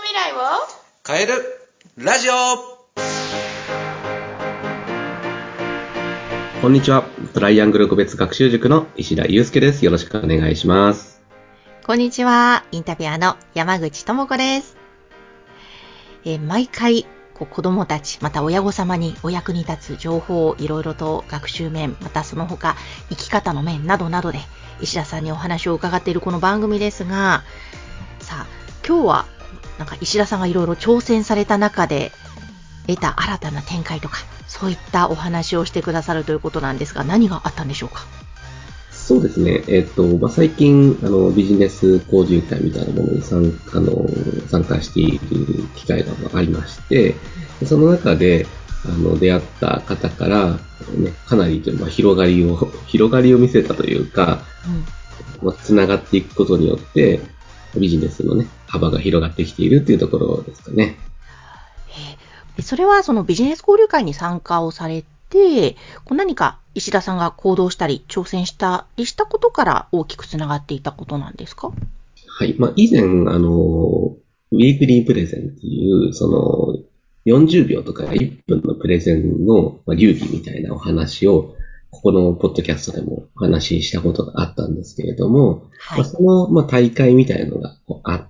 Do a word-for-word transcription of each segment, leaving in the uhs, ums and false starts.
未来を変えるラジオ。こんにちは。トライアングル個別学習塾の石田祐介です。よろしくお願いします。 こんにちは。インタビュアーの山口智子です。えー、毎回こう子どもたちまた親御様にお役に立つ情報をいろいろと学習面またその他生き方の面などなどで石田さんにお話を伺っているこの番組ですが、さあ今日はなんか石田さんがいろいろ挑戦された中で得た新たな展開とかそういったお話をしてくださるということなんですが、何があったんでしょうか？ そうですね。えっと、まあ、最近、あの、ビジネス交流会みたいなものに参あの参加している機会がありまして、その中で、あの、出会った方から、ね、かなり、まあ、広がりを、広がりを見せたというか、うん、まあ、つながっていくことによって、ビジネスのね、幅が広がってきているっていうところですかね。 それはそのビジネス交流会に参加をされて、こう何か石田さんが行動したり挑戦したりしたことから大きくつながっていたことなんですか？ はい。まあ、以前、あの、ウィークリープレゼンっていう、その、よんじゅうびょうとかいっぷんのプレゼンの、まあ、流儀みたいなお話を、ここのポッドキャストでもお話ししたことがあったんですけれども、はい、まあ、その、まあ、大会みたいなのがあって、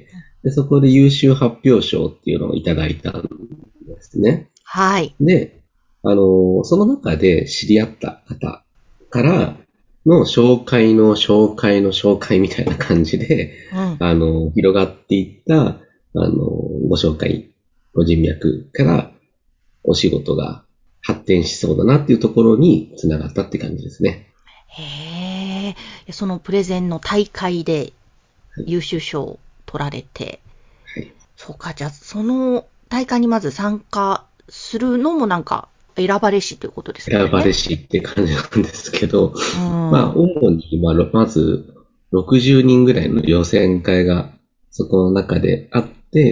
で、そこで優秀発表賞っていうのをいただいたんですね。 はい。 で、あの、その中で知り合った方からの紹介の紹介の紹介みたいな感じで、うん、あの、広がっていった、あの、ご紹介、ご人脈からお仕事が発展しそうだなっていうところにつながったって感じですね。 へえ、そのプレゼンの大会で優秀賞を取られて、はい、そうか、じゃあその大会にまず参加するのもなんか選ばれしということですかね。 選ばれしって感じなんですけど、うん、まあ主に、まあ、まずろくじゅうにんぐらいの予選会がそこの中であって、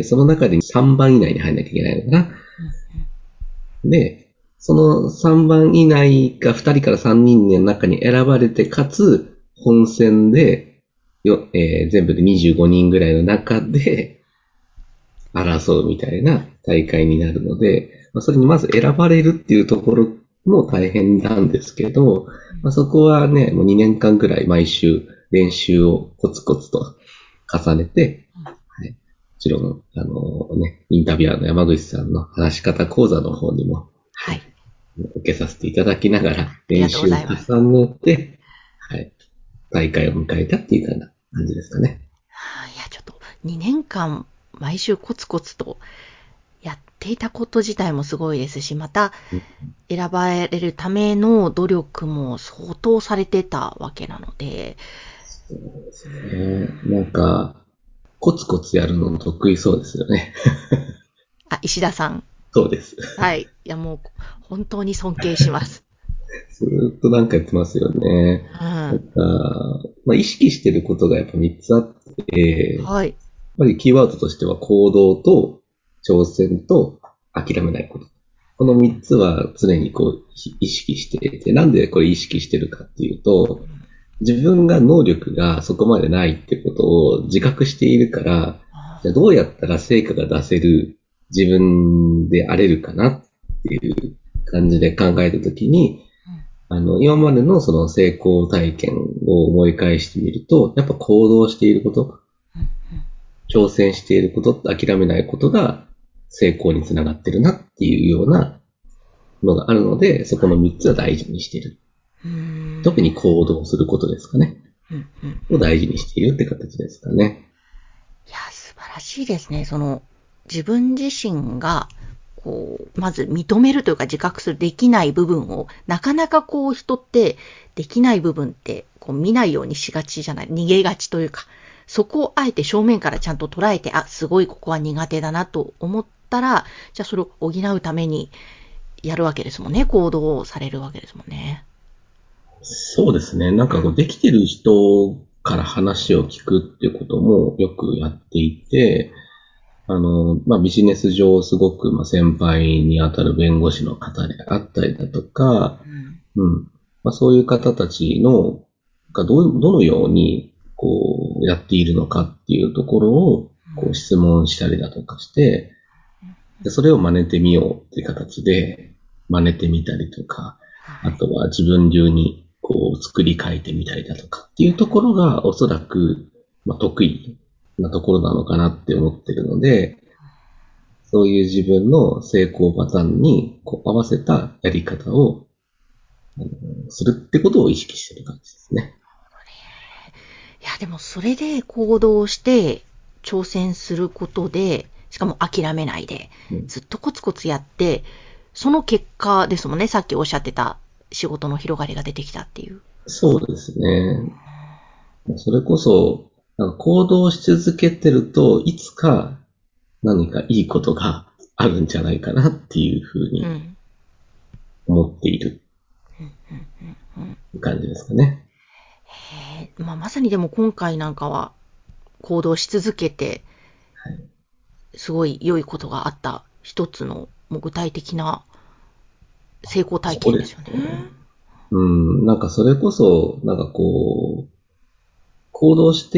その中でさんばん以内に入んなきゃいけないのかな。うん、で、そのさんばん以内がふたりからさんにんの中に選ばれて、かつ本戦でよ、えー、全部でにじゅうごにんぐらいの中で争うみたいな大会になるので、まあ、それにまず選ばれるっていうところも大変なんですけど、まあ、そこはね、もうにねんかんぐらい毎週練習をコツコツと重ねて、はい、もちろん、あのね、インタビュアーの山口さんの話し方講座の方にも、はい、受けさせていただきながら練習を重ねて、はい、大会を迎えたっていうような感じですかね。 いや、ちょっとにねんかん毎週コツコツとやっていたこと自体もすごいですし、また選ばれるための努力も相当されてたわけなので。 そうですね。なんか、コツコツやるの得意そうですよね。 あ、石田さん。 そうです。 はい。いや、もう本当に尊敬します。 ずーっとなんかやってますよね。うん、なんか、まあ、意識してることがやっぱみっつあって、はい、やっぱりキーワードとしては行動と挑戦と諦めないこと。このみっつは常にこう意識していて、なんでこれ意識してるかっていうと、自分が能力がそこまでないってことを自覚しているから、じゃあどうやったら成果が出せる自分であれるかなっていう感じで考えたときに、あの、今までのその成功体験を思い返してみると、やっぱ行動していること、挑戦していること、諦めないことが成功につながってるなっていうようなのがあるので、そこのみっつは大事にしている。特に行動することですかね。を大事にしているって形ですかね。 いや、素晴らしいですね。その、自分自身が、こう、まず認めるというか自覚するできない部分を、なかなかこう人ってできない部分ってこう見ないようにしがちじゃない、逃げがちというか、そこをあえて正面からちゃんと捉えて、あ、すごいここは苦手だなと思ったら、じゃあそれを補うためにやるわけですもんね。行動をされるわけですもんね。 そうですね。なんかこうできてる人から話を聞くっていうこともよくやっていて、あの、まあ、ビジネス上すごく、まあ、先輩にあたる弁護士の方であったりだとか、うん、うん。まあ、そういう方たちの、がどう、どのように、こう、やっているのかっていうところを、 こう質問したりだとかして、でそれを真似てみようっていう形で真似てみたりとか、あとは自分流にこう作り変えてみたりだとかっていうところがおそらく、まあ、得意なところなのかなって思ってるので、そういう自分の成功パターンにこう合わせたやり方をするってことを意識してる感じですね。 いや、でもそれで行動して挑戦することで、しかも諦めないで、ずっとコツコツやって、その結果ですもんね、さっきおっしゃってた仕事の広がりが出てきたっていう。 そうですね。それこそ、なんか行動し続けてると、いつか何かいいことがあるんじゃないかなっていうふうに思っている感じですかね。 へえ、まあ、まさにでも今回なんかは行動し続けて、すごい良いことがあった一つのもう具体的な成功体験ですよね。 うん、なんかそれこそ、なんかこう、行動して、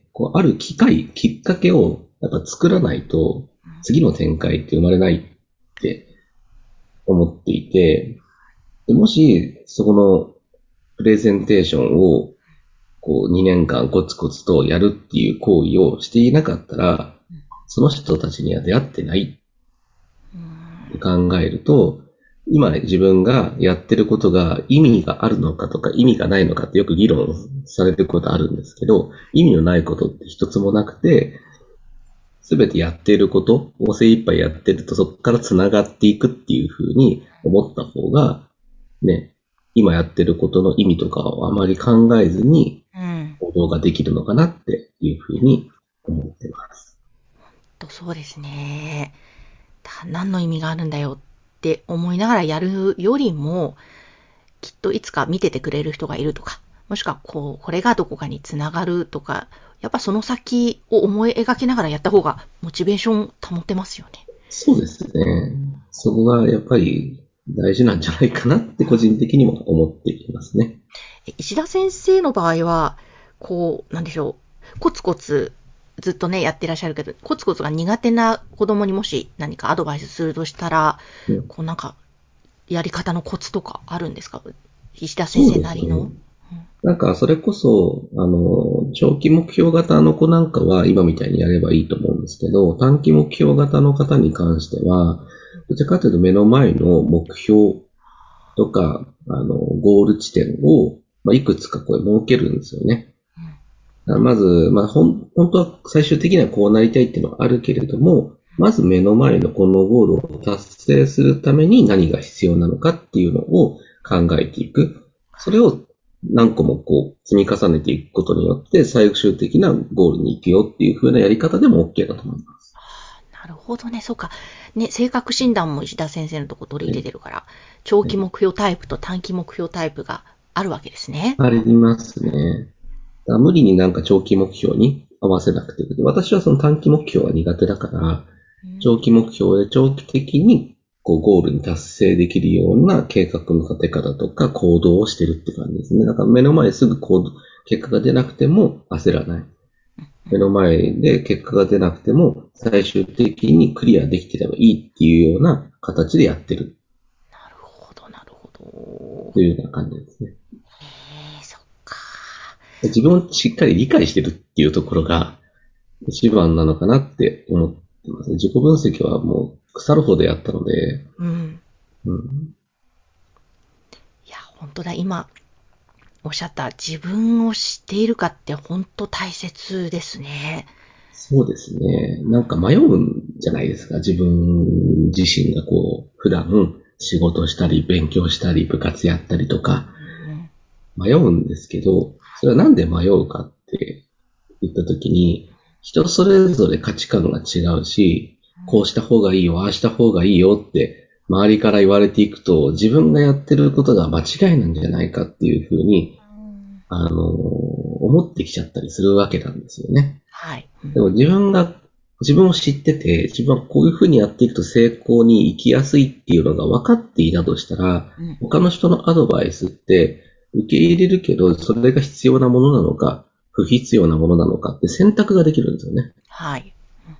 こう、ある機会、きっかけをやっぱ作らないと、次の展開って生まれないって思っていて、もし、そこのプレゼンテーションを、こう、にねんかんコツコツとやるっていう行為をしていなかったら、その人たちには出会ってないって考えると、今自分がやってることが意味があるのかとか意味がないのかってよく議論されることあるんですけど、意味のないことって一つもなくて、すべてやっていることを精一杯やってるとそこから繋がっていくっていうふうに思った方が、ね、今やってることの意味とかをあまり考えずに行動ができるのかなっていうふうに思ってます。 とそうですね。何の意味があるんだよって思いながらやるよりも、きっといつか見ててくれる人がいるとか、もしくはこう、これがどこかにつながるとか、やっぱその先を思い描きながらやった方がモチベーション保てますよね。 そうですね。そこがやっぱり大事なんじゃないかなって個人的にも思っていますね。 石田先生の場合は、こう、なんでしょう、コツコツずっとね、やってらっしゃるけど、コツコツが苦手な子供にもし何かアドバイスするとしたら、うん、こうなんか、やり方のコツとかあるんですか？石田先生なりの。 なんか、それこそ、あの、長期目標型の子なんかは今みたいにやればいいと思うんですけど、短期目標型の方に関しては、どちらかというと目の前の目標とか、あの、ゴール地点を、まあ、いくつかこれ設けるんですよね。まず、まあ、ほん、本当は最終的にはこうなりたいっていうのはあるけれども、まず目の前のこのゴールを達成するために何が必要なのかっていうのを考えていく。それを何個もこう積み重ねていくことによって最終的なゴールに行くよっていう風なやり方でも OK だと思います。 なるほどね、そうか。ね、性格診断も石田先生のとこ取り入れてるから、はい、長期目標タイプと短期目標タイプがあるわけですね。 ありますね。無理になんか長期目標に合わせなくていい。私はその短期目標が苦手だから、長期目標で長期的にこうゴールに達成できるような計画の立て方とか行動をしてるって感じですね。だから目の前ですぐ行動、結果が出なくても焦らない。目の前で結果が出なくても最終的にクリアできてればいいっていうような形でやってる。 なるほど、なるほど。 というような感じですね。へえ、そっか。 自分をしっかり理解してるっていうところが一番なのかなって思ってます。自己分析はもう腐るほどやったので、 うん。 うん、 いや、本当だ、今、おっしゃった自分を知っているかって本当大切ですね。 そうですね。なんか迷うんじゃないですか。自分自身がこう、普段仕事したり、勉強したり、部活やったりとか、迷うんですけど、それはなんで迷うかって言ったときに、人それぞれ価値観が違うし、こうした方がいいよ、ああした方がいいよって周りから言われていくと、自分がやってることが間違いなんじゃないかっていうふうに、あの、思ってきちゃったりするわけなんですよね。 はい。 でも自分が、自分を知ってて、自分はこういうふうにやっていくと成功に行きやすいっていうのが分かっていたとしたら、他の人のアドバイスって受け入れるけど、それが必要なものなのか、不必要なものなのかって選択ができるんですよね。 はい。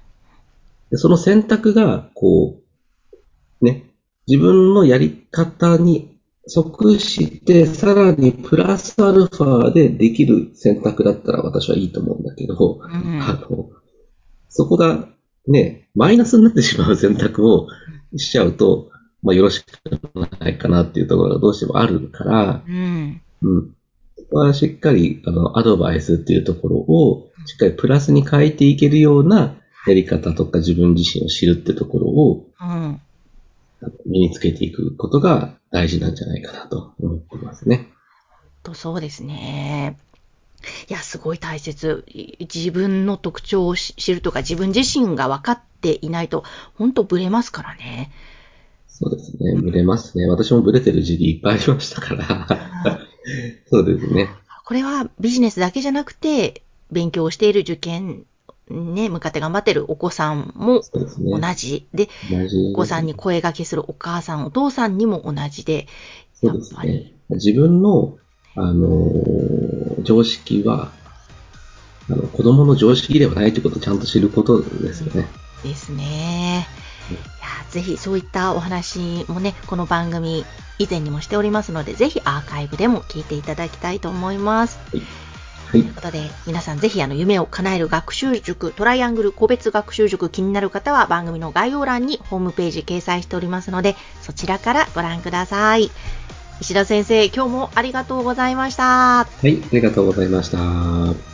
でその選択が、こう、ね、自分のやり方に即して、さらにプラスアルファでできる選択だったら私はいいと思うんだけど、うん、あの、そこがね、マイナスになってしまう選択をしちゃうと、まあよろしくないかなっていうところがどうしてもあるから、うん。うん。そこはしっかり、あの、アドバイスっていうところを、しっかりプラスに変えていけるようなやり方とか自分自身を知るってところを、うん。身につけていくことが大事なんじゃないかなと思ってますね。 とそうですね。いや、すごい大切。自分の特徴を知るとか、自分自身が分かっていないと、本当ブレますからね。 そうですね。ブレますね。私もブレてる時期いっぱいありましたから。そうですね。 これはビジネスだけじゃなくて、勉強している受験ね、向かって頑張ってるお子さんも同じで、ね、でお子さんに声掛けするお母さん、お父さんにも同じで、 そうですね。自分の、あのー、常識は、あの、子供の常識ではないということをちゃんと知ることですよね。 うん、ですね。いや、ぜひそういったお話もね、この番組以前にもしておりますので、ぜひアーカイブでも聞いていただきたいと思います。はいはい、ということで、皆さんぜひあの夢を叶える学習塾、トライアングル個別学習塾気になる方は番組の概要欄にホームページ掲載しておりますので、そちらからご覧ください。石田先生、今日もありがとうございました。 はい、ありがとうございました。